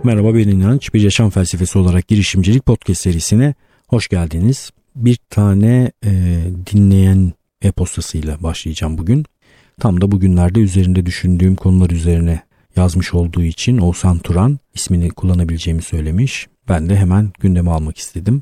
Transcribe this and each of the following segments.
Merhaba, ben İnanç. Bir yaşam felsefesi olarak girişimcilik podcast serisine hoş geldiniz. Bir tane dinleyen e-postasıyla başlayacağım bugün. Tam da bugünlerde üzerinde düşündüğüm konular üzerine yazmış olduğu için Oğuzhan Turan ismini kullanabileceğimi söylemiş. Ben de hemen gündeme almak istedim.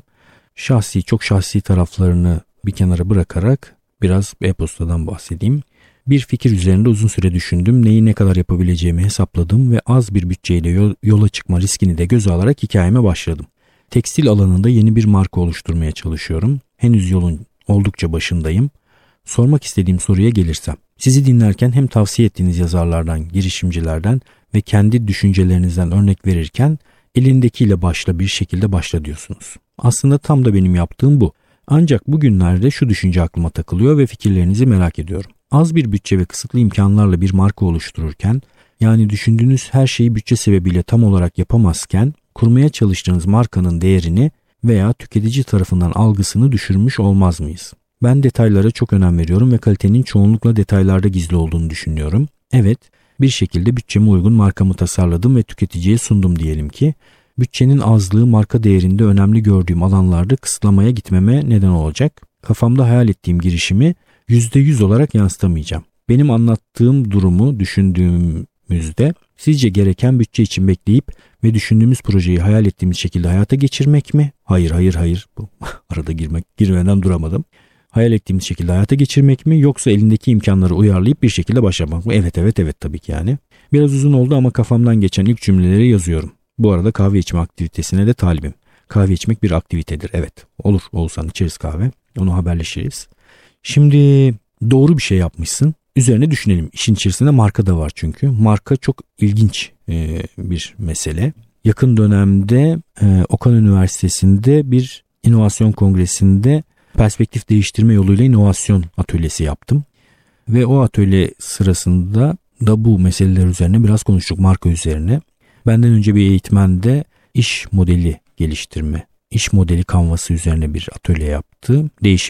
Çok şahsi taraflarını bir kenara bırakarak biraz e-postadan bahsedeyim. Bir fikir üzerinde uzun süre düşündüm. Neyi ne kadar yapabileceğimi hesapladım ve az bir bütçeyle yola çıkma riskini de göze alarak hikayeme başladım. Tekstil alanında yeni bir marka oluşturmaya çalışıyorum. Henüz yolun oldukça başındayım. Sormak istediğim soruya gelirsem. Sizi dinlerken hem tavsiye ettiğiniz yazarlardan, girişimcilerden ve kendi düşüncelerinizden örnek verirken elindekiyle bir şekilde başla diyorsunuz. Aslında tam da benim yaptığım bu. Ancak bugünlerde şu düşünce aklıma takılıyor ve fikirlerinizi merak ediyorum. Az bir bütçe ve kısıtlı imkanlarla bir marka oluştururken, yani düşündüğünüz her şeyi bütçe sebebiyle tam olarak yapamazken, kurmaya çalıştığınız markanın değerini veya tüketici tarafından algısını düşürmüş olmaz mıyız? Ben detaylara çok önem veriyorum ve kalitenin çoğunlukla detaylarda gizli olduğunu düşünüyorum. Evet, bir şekilde bütçeme uygun markamı tasarladım ve tüketiciye sundum diyelim ki, bütçenin azlığı marka değerinde önemli gördüğüm alanlarda kısıtlamaya gitmeme neden olacak. Kafamda hayal ettiğim girişimi %100 olarak yansıtamayacağım. Benim anlattığım durumu düşündüğümüzde sizce gereken bütçe için bekleyip ve düşündüğümüz projeyi hayal ettiğimiz şekilde hayata geçirmek mi? Hayır. Bu arada girmeden duramadım. Hayal ettiğimiz şekilde hayata geçirmek mi, yoksa elindeki imkanları uyarlayıp bir şekilde başlamak mı? Evet tabii ki yani. Biraz uzun oldu ama kafamdan geçen ilk cümleleri yazıyorum. Bu arada kahve içme aktivitesine de talibim. Kahve içmek bir aktivitedir. Evet, olur Oğuzhan, içeriz kahve. Onu haberleşiriz. Şimdi doğru bir şey yapmışsın. Üzerine düşünelim. İşin içerisinde marka da var çünkü. Marka çok ilginç bir mesele. Yakın dönemde Okan Üniversitesi'nde bir inovasyon kongresinde perspektif değiştirme yoluyla inovasyon atölyesi yaptım. Ve o atölye sırasında da bu meseleler üzerine biraz konuştuk, marka üzerine. Benden önce bir eğitmen de iş modeli geliştirme, iş modeli kanvası üzerine bir atölye yaptı.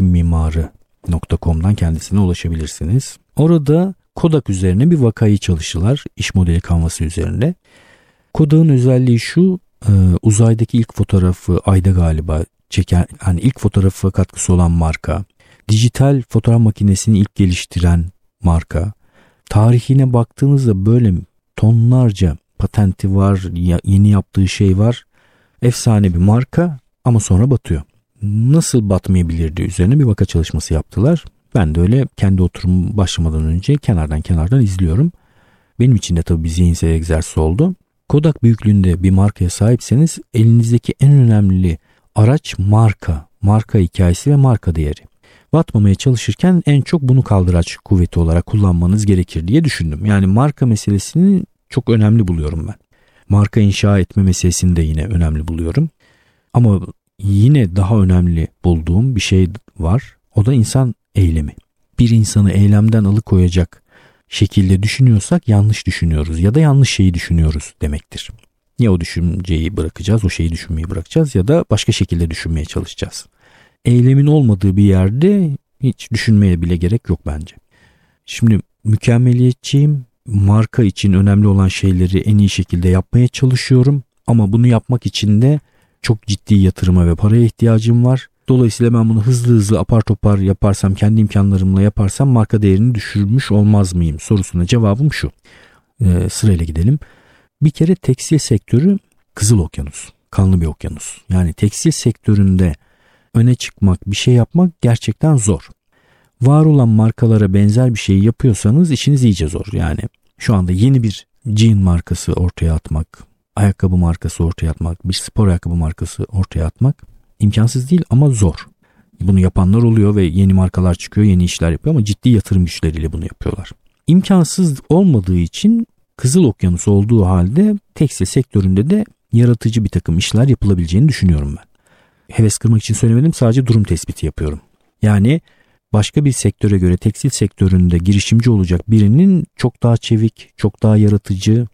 Değişimmimarı.com'dan kendisine ulaşabilirsiniz. Orada Kodak üzerine bir vakayı çalıştılar, iş modeli kanvası üzerinde. Kodak'ın özelliği şu, uzaydaki ilk fotoğrafı ayda galiba çeken, hani ilk fotoğrafı katkısı olan marka, dijital fotoğraf makinesini ilk geliştiren marka. Tarihine baktığınızda böyle tonlarca patenti var, yeni yaptığı şey var. Efsane bir marka ama sonra batıyor. Nasıl batmayabilirdi üzerine bir vaka çalışması yaptılar. Ben de öyle kendi oturum başlamadan önce kenardan izliyorum. Benim için de tabii bir zihinsel egzersiz oldu. Kodak büyüklüğünde bir markaya sahipseniz elinizdeki en önemli araç marka. Marka hikayesi ve marka değeri. Batmamaya çalışırken en çok bunu kaldıraç kuvveti olarak kullanmanız gerekir diye düşündüm. Yani marka meselesini çok önemli buluyorum ben. Marka inşa etme meselesini de yine önemli buluyorum. Ama yine daha önemli bulduğum bir şey var. O da insan eylemi. Bir insanı eylemden alıkoyacak şekilde düşünüyorsak yanlış düşünüyoruz ya da yanlış şeyi düşünüyoruz demektir. Ya o düşünceyi bırakacağız, o şeyi düşünmeyi bırakacağız ya da başka şekilde düşünmeye çalışacağız. Eylemin olmadığı bir yerde hiç düşünmeye bile gerek yok bence. Şimdi mükemmeliyetçiyim. Marka için önemli olan şeyleri en iyi şekilde yapmaya çalışıyorum. Ama bunu yapmak için de çok ciddi yatırıma ve paraya ihtiyacım var. Dolayısıyla ben bunu hızlı apar topar yaparsam, kendi imkanlarımla yaparsam marka değerini düşürmüş olmaz mıyım sorusuna cevabım şu. Sırayla gidelim. Bir kere tekstil sektörü Kızıl Okyanus, kanlı bir okyanus. Yani tekstil sektöründe öne çıkmak, bir şey yapmak gerçekten zor. Var olan markalara benzer bir şey yapıyorsanız işiniz iyice zor. Yani şu anda yeni bir jean markası ortaya atmak, ayakkabı markası ortaya atmak, bir spor ayakkabı markası ortaya atmak imkansız değil ama zor. Bunu yapanlar oluyor ve yeni markalar çıkıyor, yeni işler yapıyor ama ciddi yatırım güçleriyle bunu yapıyorlar. İmkansız olmadığı için Kızıl Okyanus olduğu halde tekstil sektöründe de yaratıcı bir takım işler yapılabileceğini düşünüyorum ben. Heves kırmak için söylemedim, sadece durum tespiti yapıyorum. Yani başka bir sektöre göre tekstil sektöründe girişimci olacak birinin çok daha çevik, çok daha yaratıcı,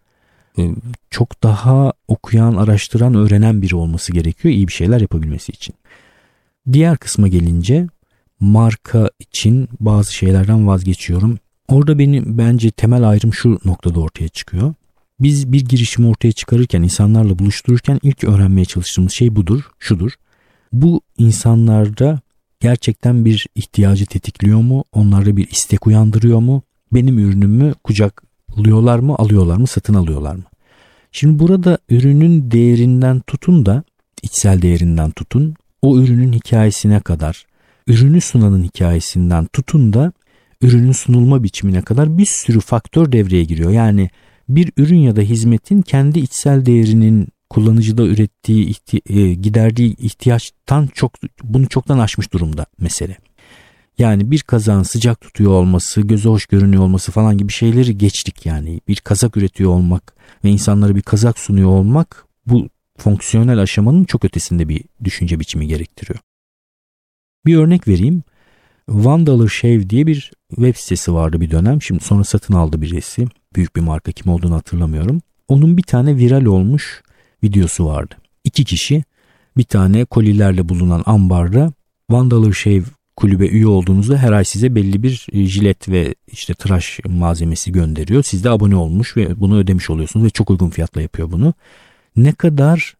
çok daha okuyan, araştıran, öğrenen biri olması gerekiyor iyi bir şeyler yapabilmesi için. Diğer kısma gelince marka için bazı şeylerden vazgeçiyorum. Orada bence temel ayrım şu noktada ortaya çıkıyor. Biz bir girişimi ortaya çıkarırken, insanlarla buluştururken ilk öğrenmeye çalıştığımız şey şudur. Bu insanlarda gerçekten bir ihtiyacı tetikliyor mu? Onlarda bir istek uyandırıyor mu? Benim ürünümü kucaklıyorlar mı, alıyorlar mı, satın alıyorlar mı? Şimdi burada ürünün değerinden tutun da, içsel değerinden tutun, o ürünün hikayesine kadar, ürünü sunanın hikayesinden tutun da ürünün sunulma biçimine kadar bir sürü faktör devreye giriyor. Yani bir ürün ya da hizmetin kendi içsel değerinin kullanıcıda ürettiği, giderdiği ihtiyaçtan bunu çoktan aşmış durumda mesele. Yani bir kazağın sıcak tutuyor olması, göze hoş görünüyor olması falan gibi şeyleri geçtik yani. Bir kazak üretiyor olmak ve insanlara bir kazak sunuyor olmak bu fonksiyonel aşamanın çok ötesinde bir düşünce biçimi gerektiriyor. Bir örnek vereyim. $1 Shave diye bir web sitesi vardı bir dönem. Şimdi sonra satın aldı birisi. Büyük bir marka, kim olduğunu hatırlamıyorum. Onun bir tane viral olmuş videosu vardı. 2 kişi bir tane kolilerle bulunan ambarda $1 Shave kulübe üye olduğunuzda her ay size belli bir jilet ve işte tıraş malzemesi gönderiyor. Siz de abone olmuş ve bunu ödemiş oluyorsunuz ve çok uygun fiyatla yapıyor bunu. Ne kadar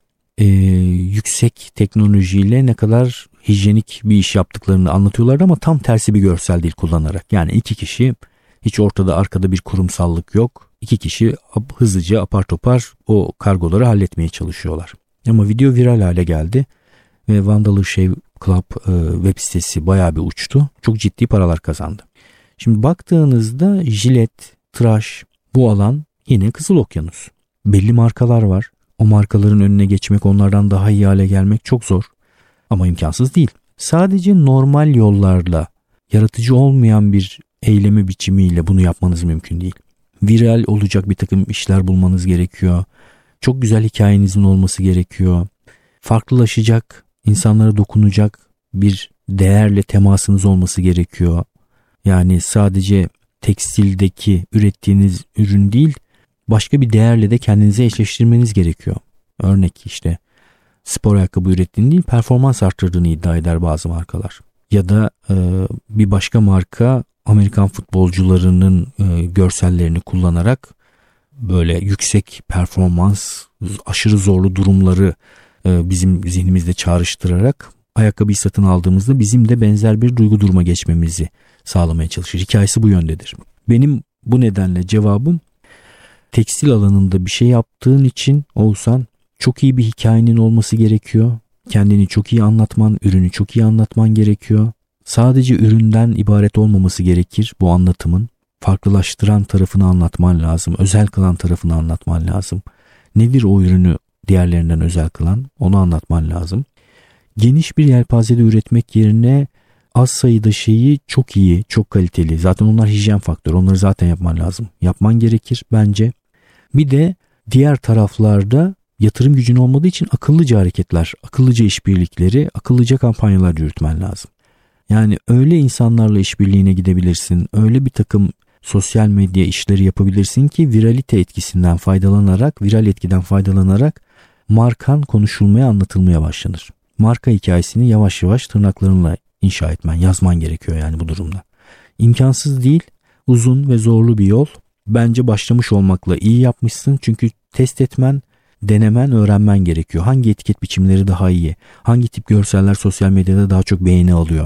yüksek teknolojiyle ne kadar hijyenik bir iş yaptıklarını anlatıyorlardı ama tam tersi bir görsel dil kullanarak. Yani 2 kişi, hiç ortada arkada bir kurumsallık yok. 2 kişi hızlıca apar topar o kargoları halletmeye çalışıyorlar. Ama video viral hale geldi ve $1 Shave Club web sitesi bayağı bir uçtu. Çok ciddi paralar kazandı. Şimdi baktığınızda jilet, tıraş, bu alan yine Kızıl Okyanus. Belli markalar var. O markaların önüne geçmek, onlardan daha iyi hale gelmek çok zor. Ama imkansız değil. Sadece normal yollarla, yaratıcı olmayan bir eyleme biçimiyle bunu yapmanız mümkün değil. Viral olacak bir takım işler bulmanız gerekiyor. Çok güzel hikayenizin olması gerekiyor. Farklılaşacak, insanlara dokunacak bir değerle temasınız olması gerekiyor. Yani sadece tekstildeki ürettiğiniz ürün değil, başka bir değerle de kendinize eşleştirmeniz gerekiyor. Örnek işte spor ayakkabı ürettiğini değil, performans arttırdığını iddia eder bazı markalar. Ya da bir başka marka Amerikan futbolcularının görsellerini kullanarak böyle yüksek performans, aşırı zorlu durumları bizim zihnimizde çağrıştırarak ayakkabıyı satın aldığımızda bizim de benzer bir duygu duruma geçmemizi sağlamaya çalışır. Hikayesi bu yöndedir. Benim bu nedenle cevabım, tekstil alanında bir şey yaptığın için Oğuzhan, çok iyi bir hikayenin olması gerekiyor. Kendini çok iyi anlatman, ürünü çok iyi anlatman gerekiyor. Sadece üründen ibaret olmaması gerekir bu anlatımın. Farklılaştıran tarafını anlatman lazım. Özel kılan tarafını anlatman lazım. Nedir o ürünü diğerlerinden özel kılan? Onu anlatman lazım. Geniş bir yelpazede üretmek yerine az sayıda şeyi çok iyi, çok kaliteli. Zaten onlar hijyen faktörü. Onları zaten yapman lazım. Yapman gerekir bence. Bir de diğer taraflarda yatırım gücün olmadığı için akıllıca hareketler, akıllıca işbirlikleri, akıllıca kampanyalar yürütmen lazım. Yani öyle insanlarla işbirliğine gidebilirsin, öyle bir takım sosyal medya işleri yapabilirsin ki viralite etkisinden faydalanarak, viral etkiden faydalanarak markan konuşulmaya, anlatılmaya başlanır. Marka hikayesini yavaş yavaş tırnaklarınla inşa etmen, yazman gerekiyor yani bu durumda. İmkansız değil, uzun ve zorlu bir yol. Bence başlamış olmakla iyi yapmışsın çünkü test etmen, denemen, öğrenmen gerekiyor. Hangi etiket biçimleri daha iyi? Hangi tip görseller sosyal medyada daha çok beğeni alıyor?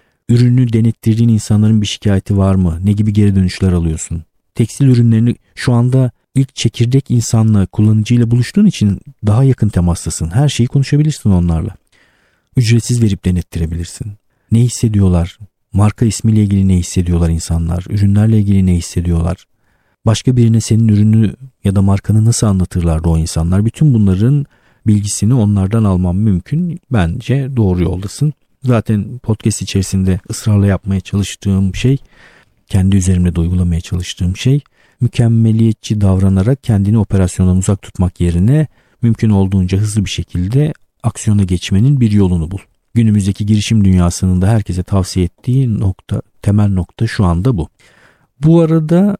Ürünü denettirdiğin insanların bir şikayeti var mı? Ne gibi geri dönüşler alıyorsun? Tekstil ürünlerini şu anda ilk çekirdek insanla, kullanıcıyla buluştuğun için daha yakın temastasın. Her şeyi konuşabilirsin onlarla. Ücretsiz verip denettirebilirsin. Ne hissediyorlar? Marka ismiyle ilgili ne hissediyorlar insanlar? Ürünlerle ilgili ne hissediyorlar? Başka birine senin ürünü ya da markanı nasıl anlatırlardı o insanlar? Bütün bunların bilgisini onlardan alman mümkün. Bence doğru yoldasın. Zaten podcast içerisinde ısrarla yapmaya çalıştığım şey, kendi üzerimde de uygulamaya çalıştığım şey, mükemmeliyetçi davranarak kendini operasyondan uzak tutmak yerine mümkün olduğunca hızlı bir şekilde aksiyona geçmenin bir yolunu bul. Günümüzdeki girişim dünyasının da herkese tavsiye ettiği temel nokta şu anda bu. Bu arada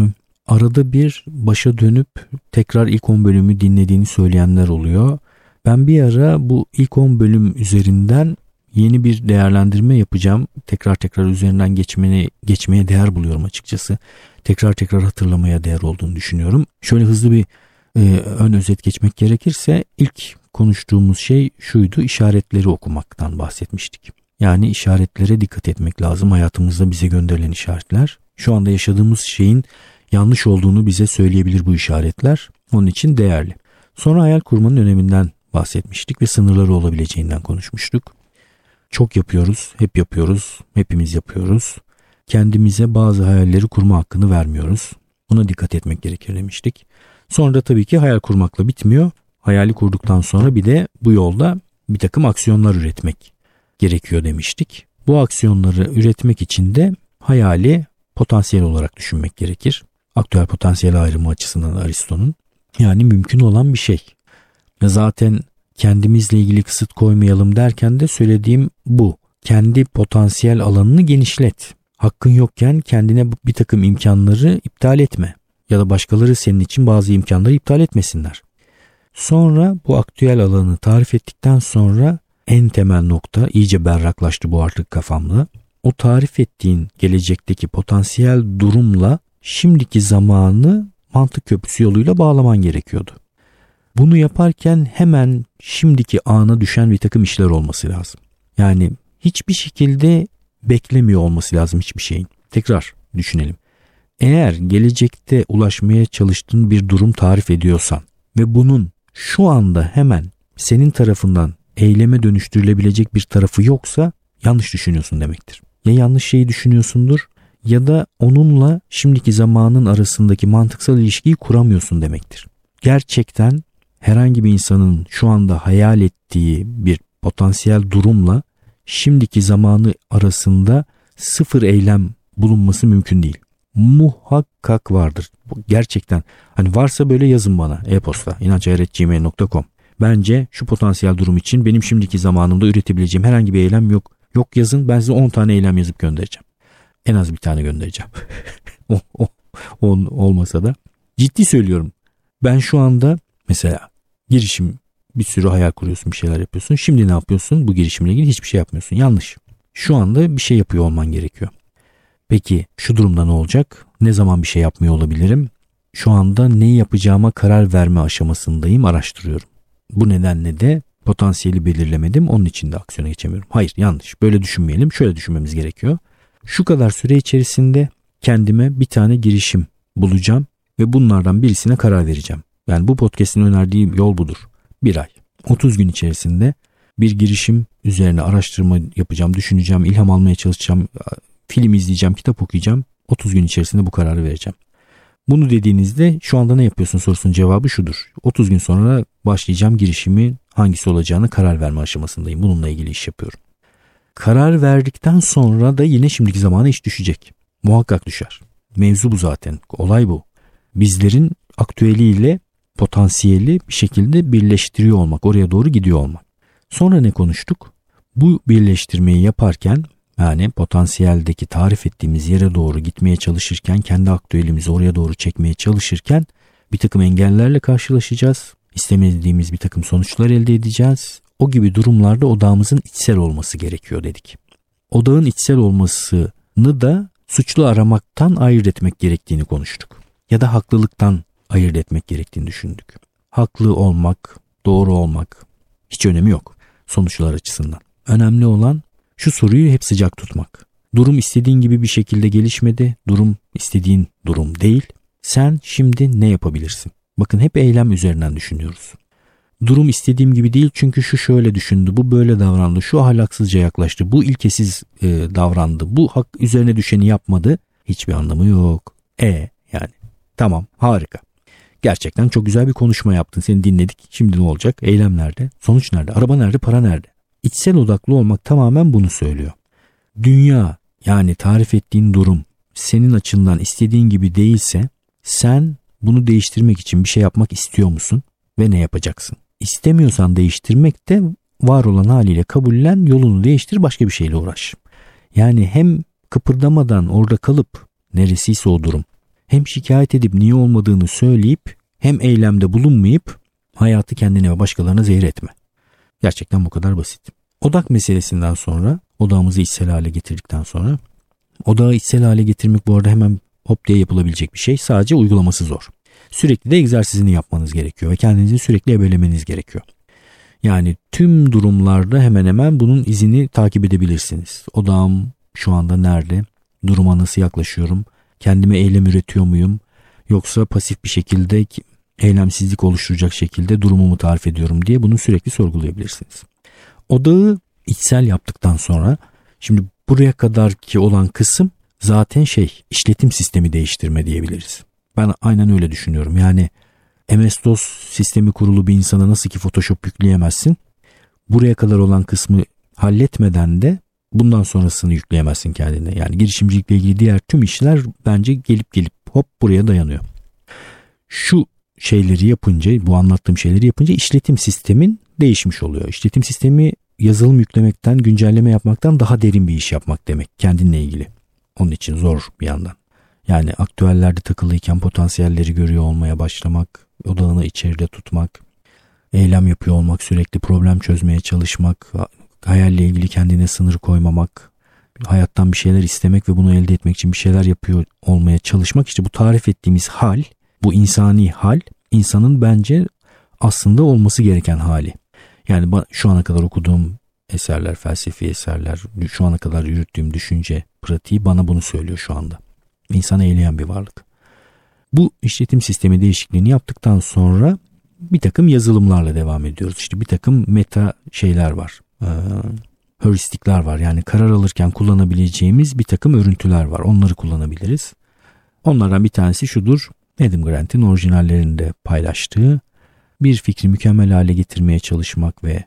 arada bir başa dönüp tekrar ilk 10 bölümü dinlediğini söyleyenler oluyor. Ben bir ara bu ilk 10 bölüm üzerinden yeni bir değerlendirme yapacağım. Tekrar üzerinden geçmeye değer buluyorum açıkçası. Tekrar hatırlamaya değer olduğunu düşünüyorum. Şöyle hızlı bir ön özet geçmek gerekirse ilk konuştuğumuz şey şuydu: işaretleri okumaktan bahsetmiştik. Yani işaretlere dikkat etmek lazım. Hayatımızda bize gönderilen işaretler. Şu anda yaşadığımız şeyin yanlış olduğunu bize söyleyebilir bu işaretler. Onun için değerli. Sonra hayal kurmanın öneminden bahsetmiştik ve sınırları olabileceğinden konuşmuştuk. Çok yapıyoruz, hep yapıyoruz, hepimiz yapıyoruz. Kendimize bazı hayalleri kurma hakkını vermiyoruz. Buna dikkat etmek gerekir demiştik. Sonra da tabii ki hayal kurmakla bitmiyor. Hayali kurduktan sonra bir de bu yolda bir takım aksiyonlar üretmek gerekiyor demiştik. Bu aksiyonları üretmek için de hayali potansiyel olarak düşünmek gerekir. Aktüel potansiyel ayrımı açısından Aristo'nun. Yani mümkün olan bir şey. Zaten kendimizle ilgili kısıt koymayalım derken de söylediğim bu. Kendi potansiyel alanını genişlet. Hakkın yokken kendine bir takım imkanları iptal etme. Ya da başkaları senin için bazı imkanları iptal etmesinler. Sonra bu aktüel alanı tarif ettikten sonra en temel nokta, iyice berraklaştı bu artık kafamda. O tarif ettiğin gelecekteki potansiyel durumla şimdiki zamanı mantık köprüsü yoluyla bağlaman gerekiyordu. Bunu yaparken hemen şimdiki ana düşen bir takım işler olması lazım. Yani hiçbir şekilde beklemiyor olması lazım hiçbir şeyin. Tekrar düşünelim. Eğer gelecekte ulaşmaya çalıştığın bir durum tarif ediyorsan ve bunun şu anda hemen senin tarafından eyleme dönüştürülebilecek bir tarafı yoksa yanlış düşünüyorsun demektir. Ya yanlış şeyi düşünüyorsundur ya da onunla şimdiki zamanın arasındaki mantıksal ilişkiyi kuramıyorsun demektir. Gerçekten herhangi bir insanın şu anda hayal ettiği bir potansiyel durumla şimdiki zamanı arasında sıfır eylem bulunması mümkün değil. Muhakkak vardır. Gerçekten. Hani varsa böyle yazın bana e-posta inançayar@gmail.com. Bence şu potansiyel durum için benim şimdiki zamanımda üretebileceğim herhangi bir eylem yok. Yok yazın, ben size 10 tane eylem yazıp göndereceğim. En az bir tane göndereceğim. Olmasa da. Ciddi söylüyorum. Ben şu anda mesela girişim, bir sürü hayal kuruyorsun, bir şeyler yapıyorsun. Şimdi ne yapıyorsun? Bu girişimle ilgili hiçbir şey yapmıyorsun. Yanlış. Şu anda bir şey yapıyor olman gerekiyor. Peki şu durumda ne olacak? Ne zaman bir şey yapmıyor olabilirim? Şu anda neyi yapacağıma karar verme aşamasındayım, araştırıyorum. Bu nedenle de potansiyeli belirlemedim, onun için de aksiyona geçemiyorum. Hayır, yanlış. Böyle düşünmeyelim. Şöyle düşünmemiz gerekiyor. Şu kadar süre içerisinde kendime bir tane girişim bulacağım ve bunlardan birisine karar vereceğim. Yani bu podcast'in önerdiği yol budur. 1 ay. 30 gün içerisinde bir girişim üzerine araştırma yapacağım, düşüneceğim, ilham almaya çalışacağım, film izleyeceğim, kitap okuyacağım. 30 gün içerisinde bu kararı vereceğim. Bunu dediğinizde şu anda ne yapıyorsun sorusunun cevabı şudur. 30 gün sonra başlayacağım girişimi hangisi olacağını karar verme aşamasındayım. Bununla ilgili iş yapıyorum. Karar verdikten sonra da yine şimdiki zamana iş düşecek. Muhakkak düşer. Mevzu bu zaten. Olay bu. Bizlerin aktüeliyle potansiyeli bir şekilde birleştiriyor olmak, oraya doğru gidiyor olmak. Sonra ne konuştuk? Bu birleştirmeyi yaparken, yani potansiyeldeki tarif ettiğimiz yere doğru gitmeye çalışırken, kendi aktüelimizi oraya doğru çekmeye çalışırken bir takım engellerle karşılaşacağız. İstemediğimiz bir takım sonuçlar elde edeceğiz. O gibi durumlarda odağımızın içsel olması gerekiyor dedik. Odağın içsel olmasını da suçlu aramaktan ayırt etmek gerektiğini konuştuk. Ya da haklılıktan ayırt etmek gerektiğini düşündük. Haklı olmak, doğru olmak hiç önemi yok sonuçlar açısından. Önemli olan şu soruyu hep sıcak tutmak. Durum istediğin gibi bir şekilde gelişmedi. Durum istediğin durum değil. Sen şimdi ne yapabilirsin? Bakın hep eylem üzerinden düşünüyoruz. Durum istediğim gibi değil çünkü şu şöyle düşündü, bu böyle davrandı, şu ahlaksızca yaklaştı, bu ilkesiz davrandı, bu hak üzerine düşeni yapmadı. Hiçbir anlamı yok. Yani tamam, harika. Gerçekten çok güzel bir konuşma yaptın, seni dinledik. Şimdi ne olacak? Eylem nerede? Sonuç nerede? Araba nerede? Para nerede? İçsel odaklı olmak tamamen bunu söylüyor. Dünya, yani tarif ettiğin durum senin açından istediğin gibi değilse sen bunu değiştirmek için bir şey yapmak istiyor musun ve ne yapacaksın? İstemiyorsan değiştirmek de var olan haliyle kabullen, yolunu değiştir, başka bir şeyle uğraş. Yani hem kıpırdamadan orada kalıp neresiyse o durum, hem şikayet edip niye olmadığını söyleyip hem eylemde bulunmayıp hayatı kendine ve başkalarına zehir etme. Gerçekten bu kadar basit. Odak meselesinden sonra, odağımızı içsel hale getirdikten sonra, odağı içsel hale getirmek bu arada hemen hop diye yapılabilecek bir şey. Sadece uygulaması zor. sürekli de egzersizini yapmanız gerekiyor ve kendinizi sürekli ebelemeniz gerekiyor. Yani tüm durumlarda hemen hemen bunun izini takip edebilirsiniz. Odağım şu anda nerede? Duruma nasıl yaklaşıyorum? Kendime eylem üretiyor muyum? Yoksa pasif bir şekilde eylemsizlik oluşturacak şekilde durumumu tarif ediyorum diye bunu sürekli sorgulayabilirsiniz. Odağı içsel yaptıktan sonra şimdi buraya kadarki olan kısım zaten işletim sistemi değiştirme diyebiliriz. Ben aynen öyle düşünüyorum. Yani MS-DOS sistemi kurulu bir insana nasıl ki Photoshop yükleyemezsin. Buraya kadar olan kısmı halletmeden de bundan sonrasını yükleyemezsin kendine. Yani girişimcilikle ilgili diğer tüm işler bence gelip hop buraya dayanıyor. Şu şeyleri yapınca, bu anlattığım şeyleri yapınca işletim sistemin değişmiş oluyor. İşletim sistemi yazılım yüklemekten, güncelleme yapmaktan daha derin bir iş yapmak demek kendinle ilgili. Onun için zor bir yandan. Yani aktüellerde takılıyken potansiyelleri görüyor olmaya başlamak, odağını içeride tutmak, eylem yapıyor olmak, sürekli problem çözmeye çalışmak, hayalle ilgili kendine sınır koymamak, hayattan bir şeyler istemek ve bunu elde etmek için bir şeyler yapıyor olmaya çalışmak. İşte bu tarif ettiğimiz hal, bu insani hal, insanın bence aslında olması gereken hali. Yani şu ana kadar okuduğum eserler, felsefi eserler, şu ana kadar yürüttüğüm düşünce pratiği bana bunu söylüyor şu anda. İnsanı eyleyen bir varlık. Bu işletim sistemi değişikliğini yaptıktan sonra bir takım yazılımlarla devam ediyoruz. İşte bir takım meta şeyler var. Heuristikler var. Yani karar alırken kullanabileceğimiz bir takım örüntüler var. Onları kullanabiliriz. Onlardan bir tanesi şudur. Adam Grant'in orijinallerinde paylaştığı bir fikri mükemmel hale getirmeye çalışmak ve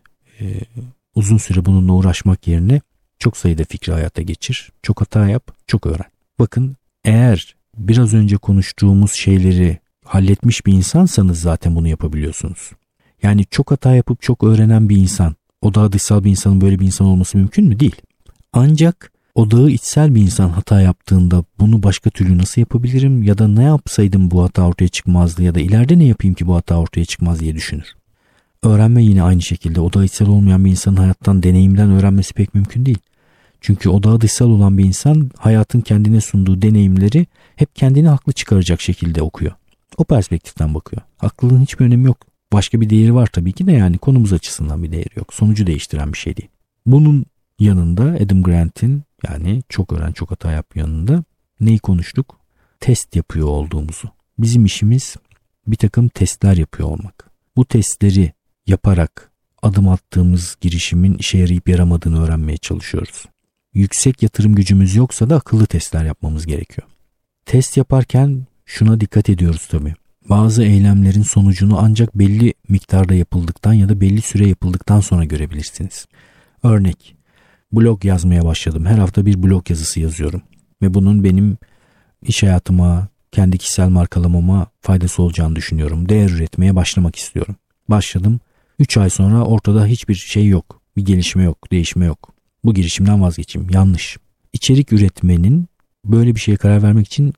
uzun süre bununla uğraşmak yerine çok sayıda fikri hayata geçir. Çok hata yap, çok öğren. Bakın eğer biraz önce konuştuğumuz şeyleri halletmiş bir insansanız zaten bunu yapabiliyorsunuz. Yani çok hata yapıp çok öğrenen bir insan, odağı dışsal bir insanın böyle bir insan olması mümkün mü? Değil. Ancak odağı içsel bir insan hata yaptığında bunu başka türlü nasıl yapabilirim ya da ne yapsaydım bu hata ortaya çıkmazdı ya da ileride ne yapayım ki bu hata ortaya çıkmaz diye düşünür. Öğrenme yine aynı şekilde. Odağı içsel olmayan bir insanın hayattan, deneyimden öğrenmesi pek mümkün değil. Çünkü odağı dışsal olan bir insan hayatın kendine sunduğu deneyimleri hep kendini haklı çıkaracak şekilde okuyor. O perspektiften bakıyor. Haklılığın hiçbir önemi yok. Başka bir değeri var tabii ki de yani konumuz açısından bir değeri yok. Sonucu değiştiren bir şey değil. Bunun yanında Adam Grant'in yani çok öğren çok hata yap yanında neyi konuştuk? Test yapıyor olduğumuzu. Bizim işimiz bir takım testler yapıyor olmak. Bu testleri yaparak adım attığımız girişimin işe yarayıp yaramadığını öğrenmeye çalışıyoruz. Yüksek yatırım gücümüz yoksa da akıllı testler yapmamız gerekiyor. Test yaparken şuna dikkat ediyoruz tabii. Bazı eylemlerin sonucunu ancak belli miktarda yapıldıktan ya da belli süre yapıldıktan sonra görebilirsiniz. Örnek, blog yazmaya başladım. Her hafta bir blog yazısı yazıyorum. Ve bunun benim iş hayatıma, kendi kişisel markalamama faydası olacağını düşünüyorum. Değer üretmeye başlamak istiyorum. Başladım. 3 ay sonra ortada hiçbir şey yok. Bir gelişme yok, değişme yok. Bu girişimden vazgeçeyim. Yanlış. İçerik üretmenin böyle bir şeye karar vermek için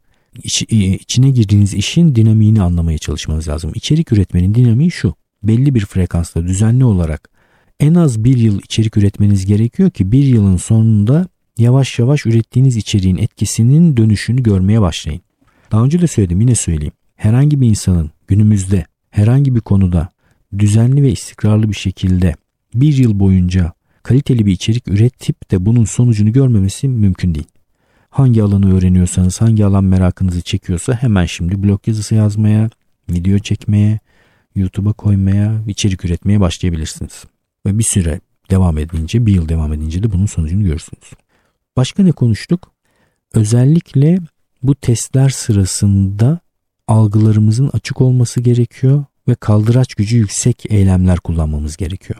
içine girdiğiniz işin dinamiğini anlamaya çalışmanız lazım. İçerik üretmenin dinamiği şu. Belli bir frekansta düzenli olarak en az bir yıl içerik üretmeniz gerekiyor ki bir yılın sonunda yavaş yavaş ürettiğiniz içeriğin etkisinin dönüşünü görmeye başlayın. Daha önce de söyledim, yine söyleyeyim. Herhangi bir insanın günümüzde herhangi bir konuda düzenli ve istikrarlı bir şekilde bir yıl boyunca kaliteli bir içerik üretip de bunun sonucunu görmemesi mümkün değil. Hangi alanı öğreniyorsanız, hangi alan merakınızı çekiyorsa hemen şimdi blog yazısı yazmaya, video çekmeye, YouTube'a koymaya, içerik üretmeye başlayabilirsiniz. Ve bir süre devam edince, bir yıl devam edince de bunun sonucunu görürsünüz. Başka ne konuştuk? Özellikle bu testler sırasında algılarımızın açık olması gerekiyor ve kaldıraç gücü yüksek eylemler kullanmamız gerekiyor.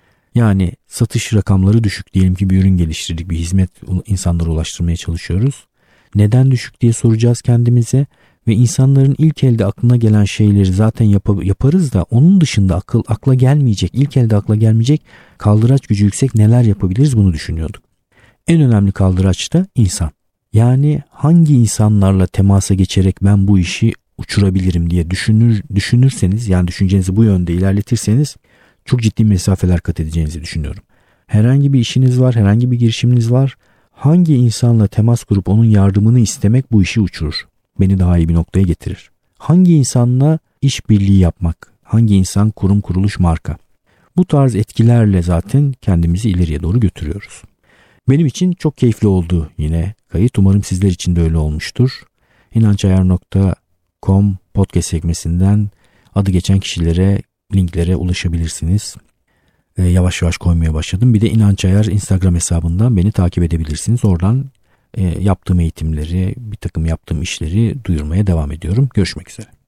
Yani satış rakamları düşük, diyelim ki bir ürün geliştirdik, bir hizmet insanlara ulaştırmaya çalışıyoruz. Neden düşük diye soracağız kendimize ve insanların ilk elde aklına gelen şeyleri zaten yaparız da onun dışında akla gelmeyecek, ilk elde akla gelmeyecek kaldıraç gücü yüksek neler yapabiliriz bunu düşünüyorduk. En önemli kaldıraç da insan. Yani hangi insanlarla temasa geçerek ben bu işi uçurabilirim diye düşünürseniz, yani düşüncenizi bu yönde ilerletirseniz çok ciddi mesafeler kat edeceğinizi düşünüyorum. Herhangi bir işiniz var, herhangi bir girişiminiz var. Hangi insanla temas kurup onun yardımını istemek bu işi uçurur. Beni daha iyi bir noktaya getirir. hangi insanla işbirliği yapmak, hangi insan, kurum, kuruluş, marka. Bu tarz etkilerle zaten kendimizi ileriye doğru götürüyoruz. Benim için çok keyifli oldu yine kayıt. Umarım sizler için de öyle olmuştur. inancayar.com podcast sekmesinden adı geçen kişilere, linklere ulaşabilirsiniz. Yavaş yavaş koymaya başladım. Bir de İnanç Ayar Instagram hesabından beni takip edebilirsiniz. Oradan yaptığım eğitimleri, bir takım yaptığım işleri duyurmaya devam ediyorum. Görüşmek üzere.